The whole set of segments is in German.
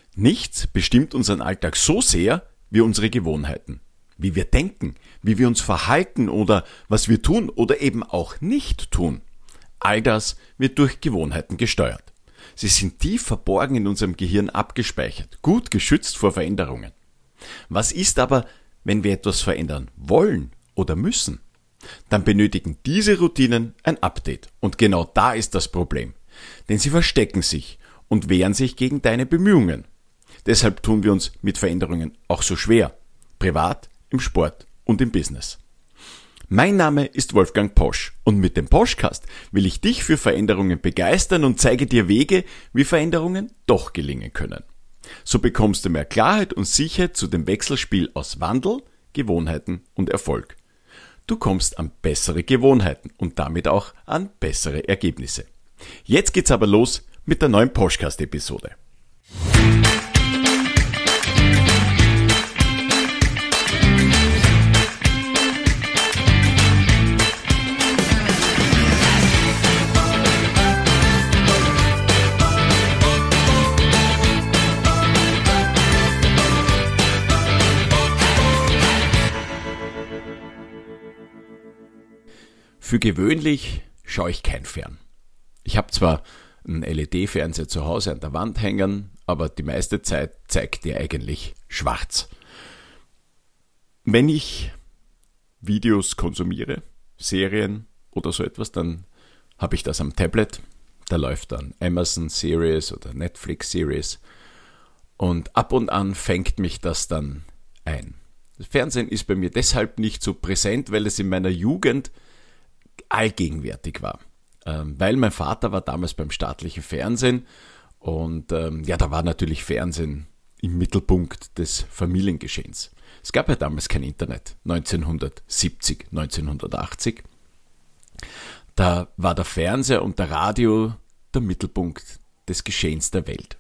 Nichts bestimmt unseren Alltag so sehr wie unsere Gewohnheiten. Wie wir denken, wie wir uns verhalten oder was wir tun oder eben auch nicht tun. All das wird durch Gewohnheiten gesteuert. Sie sind tief verborgen in unserem Gehirn abgespeichert, gut geschützt vor Veränderungen. Was ist aber, wenn wir etwas verändern wollen oder müssen? Dann benötigen diese Routinen ein Update. Und genau da ist das Problem. Denn sie verstecken sich und wehren sich gegen deine Bemühungen. Deshalb tun wir uns mit Veränderungen auch so schwer. Privat, im Sport und im Business. Mein Name ist Wolfgang Posch und mit dem Poschcast will ich dich für Veränderungen begeistern und zeige dir Wege, wie Veränderungen doch gelingen können. So bekommst du mehr Klarheit und Sicherheit zu dem Wechselspiel aus Wandel, Gewohnheiten und Erfolg. Du kommst an bessere Gewohnheiten und damit auch an bessere Ergebnisse. Jetzt geht's aber los mit der neuen Poschcast-Episode. Für gewöhnlich schaue ich kein Fern. Ich habe zwar einen LED-Fernseher zu Hause an der Wand hängen, aber die meiste Zeit zeigt der eigentlich schwarz. Wenn ich Videos konsumiere, Serien oder so etwas, dann habe ich das am Tablet. Da läuft dann Amazon Series oder Netflix Series und ab und an fängt mich das dann ein. Das Fernsehen ist bei mir deshalb nicht so präsent, weil es in meiner Jugend allgegenwärtig war. Weil mein Vater war damals beim staatlichen Fernsehen und da war natürlich Fernsehen im Mittelpunkt des Familiengeschehens. Es gab ja damals kein Internet, 1970, 1980. Da war der Fernseher und der Radio der Mittelpunkt des Geschehens der Welt.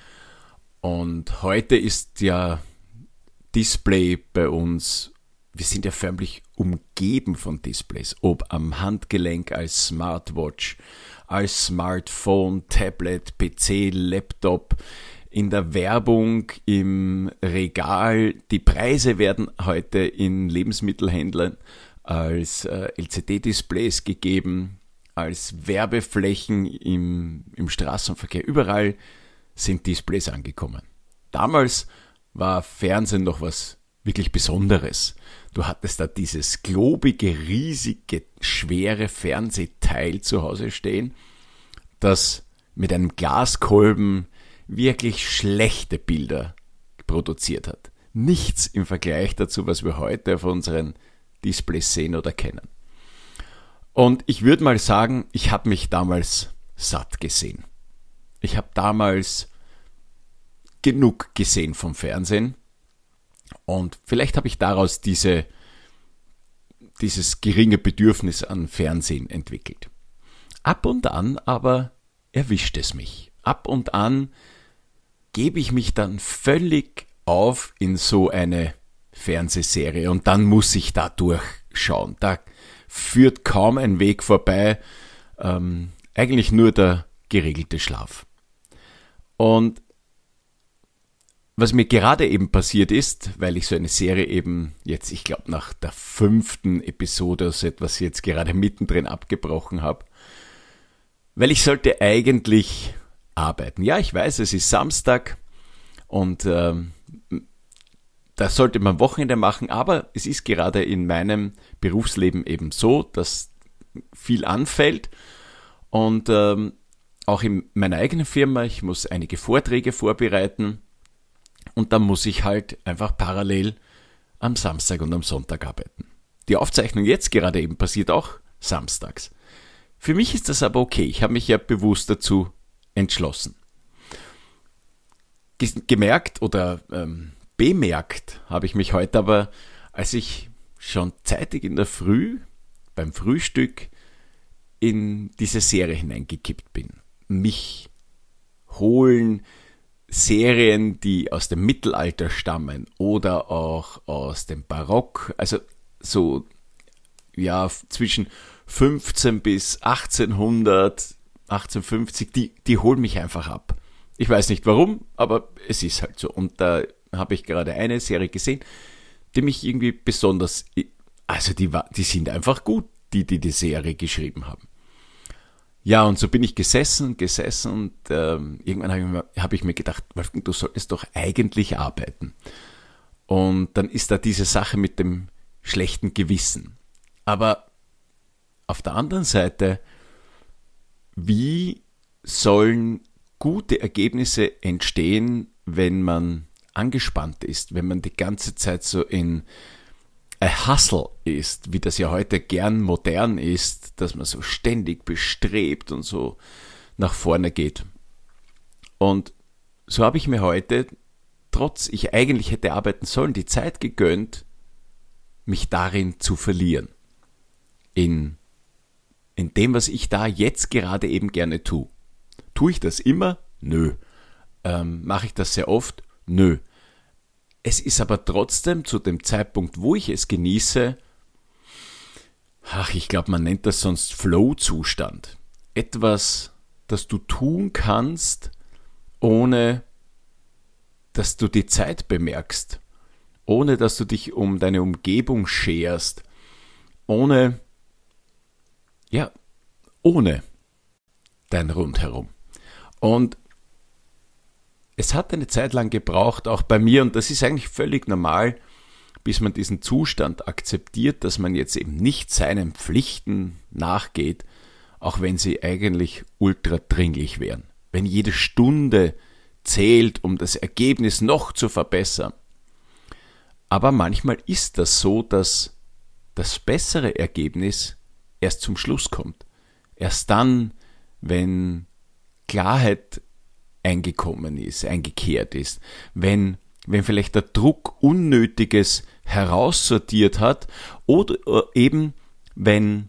Und heute ist ja Display bei uns, wir sind ja förmlich umgeben von Displays, ob am Handgelenk, als Smartwatch, als Smartphone, Tablet, PC, Laptop, in der Werbung, im Regal. Die Preise werden heute in Lebensmittelhändlern als LCD-Displays gegeben, als Werbeflächen im Straßenverkehr. Überall sind Displays angekommen. Damals war Fernsehen noch was wirklich Besonderes. Du hattest da dieses globige, riesige, schwere Fernsehteil zu Hause stehen, das mit einem Glaskolben wirklich schlechte Bilder produziert hat. Nichts im Vergleich dazu, was wir heute auf unseren Displays sehen oder kennen. Und ich würde mal sagen, ich habe mich damals satt gesehen. Ich habe damals genug gesehen vom Fernsehen. Und vielleicht habe ich daraus dieses geringe Bedürfnis an Fernsehen entwickelt. Ab und an aber erwischt es mich. Ab und an gebe ich mich dann völlig auf in so eine Fernsehserie und dann muss ich da durchschauen. Da führt kaum ein Weg vorbei, eigentlich nur der geregelte Schlaf. Und was mir gerade eben passiert ist, weil ich so eine Serie eben jetzt, ich glaube nach der 5. Episode oder so etwas jetzt gerade mittendrin abgebrochen habe, weil ich sollte eigentlich arbeiten. Ja, ich weiß, es ist Samstag und das sollte man am Wochenende machen, aber es ist gerade in meinem Berufsleben eben so, dass viel anfällt und auch in meiner eigenen Firma, ich muss einige Vorträge vorbereiten. Und dann muss ich halt einfach parallel am Samstag und am Sonntag arbeiten. Die Aufzeichnung jetzt gerade eben passiert auch samstags. Für mich ist das aber okay. Ich habe mich ja bewusst dazu entschlossen. Gemerkt oder bemerkt habe ich mich heute aber, als ich schon zeitig in der Früh beim Frühstück in diese Serie hineingekippt bin. Mich holen Serien, die aus dem Mittelalter stammen oder auch aus dem Barock, also so ja zwischen 15 bis 1800, 1850, die holen mich einfach ab. Ich weiß nicht warum, aber es ist halt so. Und da habe ich gerade eine Serie gesehen, die mich irgendwie besonders, also die sind einfach gut, die Serie geschrieben haben. Ja, und so bin ich gesessen und irgendwann hab ich mir gedacht, Wolfgang, du solltest doch eigentlich arbeiten. Und dann ist da diese Sache mit dem schlechten Gewissen. Aber auf der anderen Seite, wie sollen gute Ergebnisse entstehen, wenn man angespannt ist, wenn man die ganze Zeit so in a Hustle ist, wie das ja heute gern modern ist, dass man so ständig bestrebt und so nach vorne geht. Und so habe ich mir heute, trotz ich eigentlich hätte arbeiten sollen, die Zeit gegönnt, mich darin zu verlieren. In dem, was ich da jetzt gerade eben gerne tue. Tue ich das immer? Nö. Mache ich das sehr oft? Nö. Es ist aber trotzdem zu dem Zeitpunkt, wo ich es genieße, ich glaube, man nennt das sonst Flow-Zustand. Etwas, das du tun kannst, ohne dass du die Zeit bemerkst, ohne dass du dich um deine Umgebung scherst, ohne dein Rundherum. Und es hat eine Zeit lang gebraucht, auch bei mir, und das ist eigentlich völlig normal, bis man diesen Zustand akzeptiert, dass man jetzt eben nicht seinen Pflichten nachgeht, auch wenn sie eigentlich ultra dringlich wären. Wenn jede Stunde zählt, um das Ergebnis noch zu verbessern. Aber manchmal ist das so, dass das bessere Ergebnis erst zum Schluss kommt. Erst dann, wenn Klarheit eingekehrt ist, wenn vielleicht der Druck Unnötiges heraussortiert hat oder eben wenn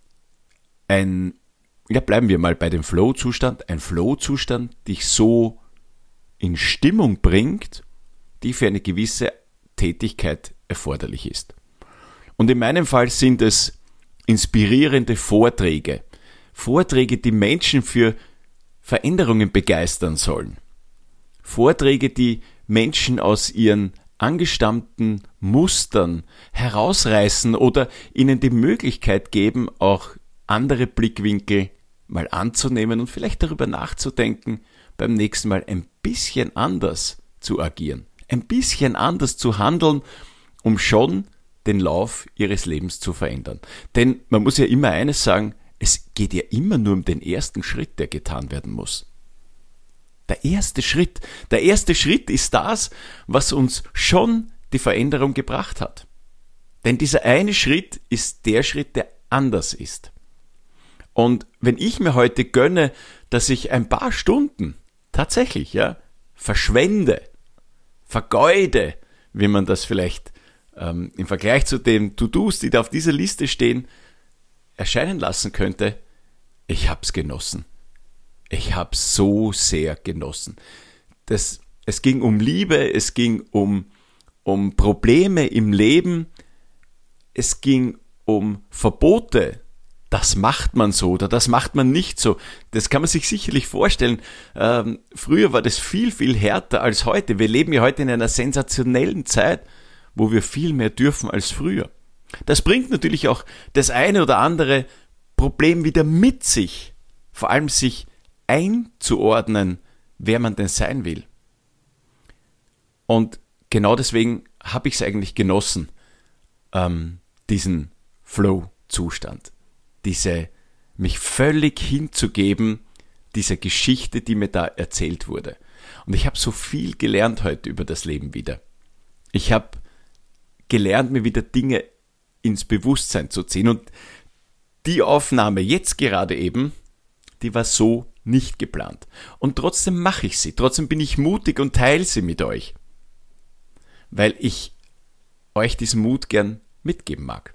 bleiben wir mal bei dem Flow-Zustand, ein Flow-Zustand dich so in Stimmung bringt, die für eine gewisse Tätigkeit erforderlich ist. Und in meinem Fall sind es inspirierende Vorträge, die Menschen für Veränderungen begeistern sollen. Vorträge, die Menschen aus ihren angestammten Mustern herausreißen oder ihnen die Möglichkeit geben, auch andere Blickwinkel mal anzunehmen und vielleicht darüber nachzudenken, beim nächsten Mal ein bisschen anders zu agieren, ein bisschen anders zu handeln, um schon den Lauf ihres Lebens zu verändern. Denn man muss ja immer eines sagen, es geht ja immer nur um den ersten Schritt, der getan werden muss. Der erste Schritt ist das, was uns schon die Veränderung gebracht hat. Denn dieser eine Schritt ist der Schritt, der anders ist. Und wenn ich mir heute gönne, dass ich ein paar Stunden tatsächlich verschwende, vergeude, wie man das vielleicht im Vergleich zu den To-Dos, die da auf dieser Liste stehen, erscheinen lassen könnte, ich hab's genossen. Ich hab's so sehr genossen. Es ging um Liebe, es ging um Probleme im Leben, es ging um Verbote. Das macht man so oder das macht man nicht so. Das kann man sich sicherlich vorstellen. Früher war das viel, viel härter als heute. Wir leben ja heute in einer sensationellen Zeit, wo wir viel mehr dürfen als früher. Das bringt natürlich auch das eine oder andere Problem wieder mit sich. Vor allem sich einzuordnen, wer man denn sein will. Und genau deswegen habe ich es eigentlich genossen, diesen Flow-Zustand. Mich völlig hinzugeben, dieser Geschichte, die mir da erzählt wurde. Und ich habe so viel gelernt heute über das Leben wieder. Ich habe gelernt, mir wieder Dinge ins Bewusstsein zu ziehen. Und die Aufnahme jetzt gerade eben, die war so nicht geplant. Und trotzdem mache ich sie. Trotzdem bin ich mutig und teile sie mit euch. Weil ich euch diesen Mut gern mitgeben mag.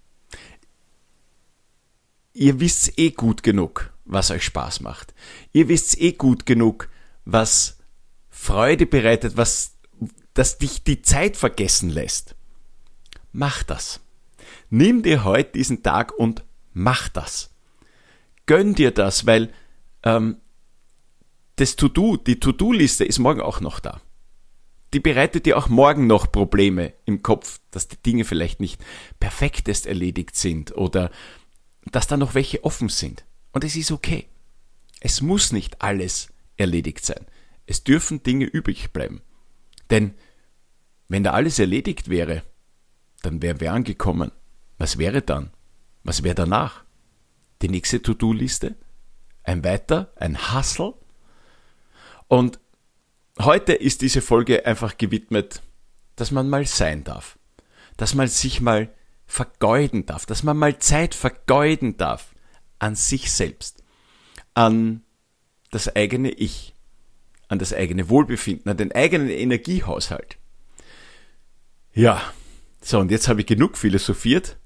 Ihr wisst eh gut genug, was euch Spaß macht. Ihr wisst eh gut genug, was Freude bereitet, das dich die Zeit vergessen lässt. Mach das. Nimm dir heute diesen Tag und mach das. Gönn dir das, weil die To-Do-Liste ist morgen auch noch da. Die bereitet dir auch morgen noch Probleme im Kopf, dass die Dinge vielleicht nicht perfektest erledigt sind oder dass da noch welche offen sind. Und es ist okay. Es muss nicht alles erledigt sein. Es dürfen Dinge übrig bleiben. Denn wenn da alles erledigt wäre, dann wären wir angekommen. Was wäre dann? Was wäre danach? Die nächste To-Do-Liste? Ein Hustle? Und heute ist diese Folge einfach gewidmet, dass man mal sein darf. Dass man sich mal vergeuden darf. Dass man mal Zeit vergeuden darf an sich selbst. An das eigene Ich. An das eigene Wohlbefinden. An den eigenen Energiehaushalt. Ja, so und jetzt habe ich genug philosophiert.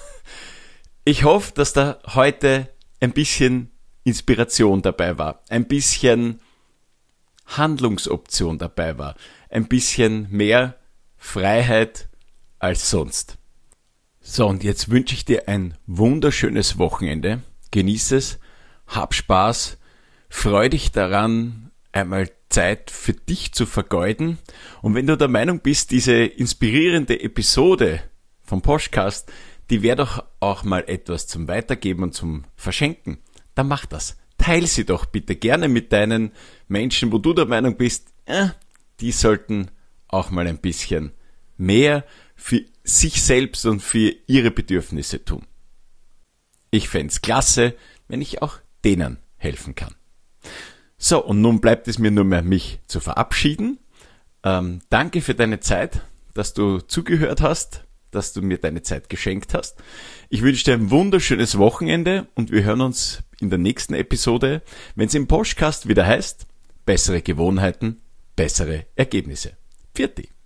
Ich hoffe, dass da heute ein bisschen Inspiration dabei war. Ein bisschen Handlungsoption dabei war. Ein bisschen mehr Freiheit als sonst. So, und jetzt wünsche ich dir ein wunderschönes Wochenende. Genieß es, hab Spaß, freu dich daran, einmal Zeit für dich zu vergeuden. Und wenn du der Meinung bist, diese inspirierende Episode vom Podcast, die wäre doch auch mal etwas zum Weitergeben und zum Verschenken, dann mach das. Teil sie doch bitte gerne mit deinen Menschen, wo du der Meinung bist, die sollten auch mal ein bisschen mehr für sich selbst und für ihre Bedürfnisse tun. Ich fände es klasse, wenn ich auch denen helfen kann. So, und nun bleibt es mir nur mehr, mich zu verabschieden. Danke für deine Zeit, dass du zugehört hast, dass du mir deine Zeit geschenkt hast. Ich wünsche dir ein wunderschönes Wochenende und wir hören uns in der nächsten Episode, wenn es im Podcast wieder heißt, bessere Gewohnheiten, bessere Ergebnisse. Pfiat.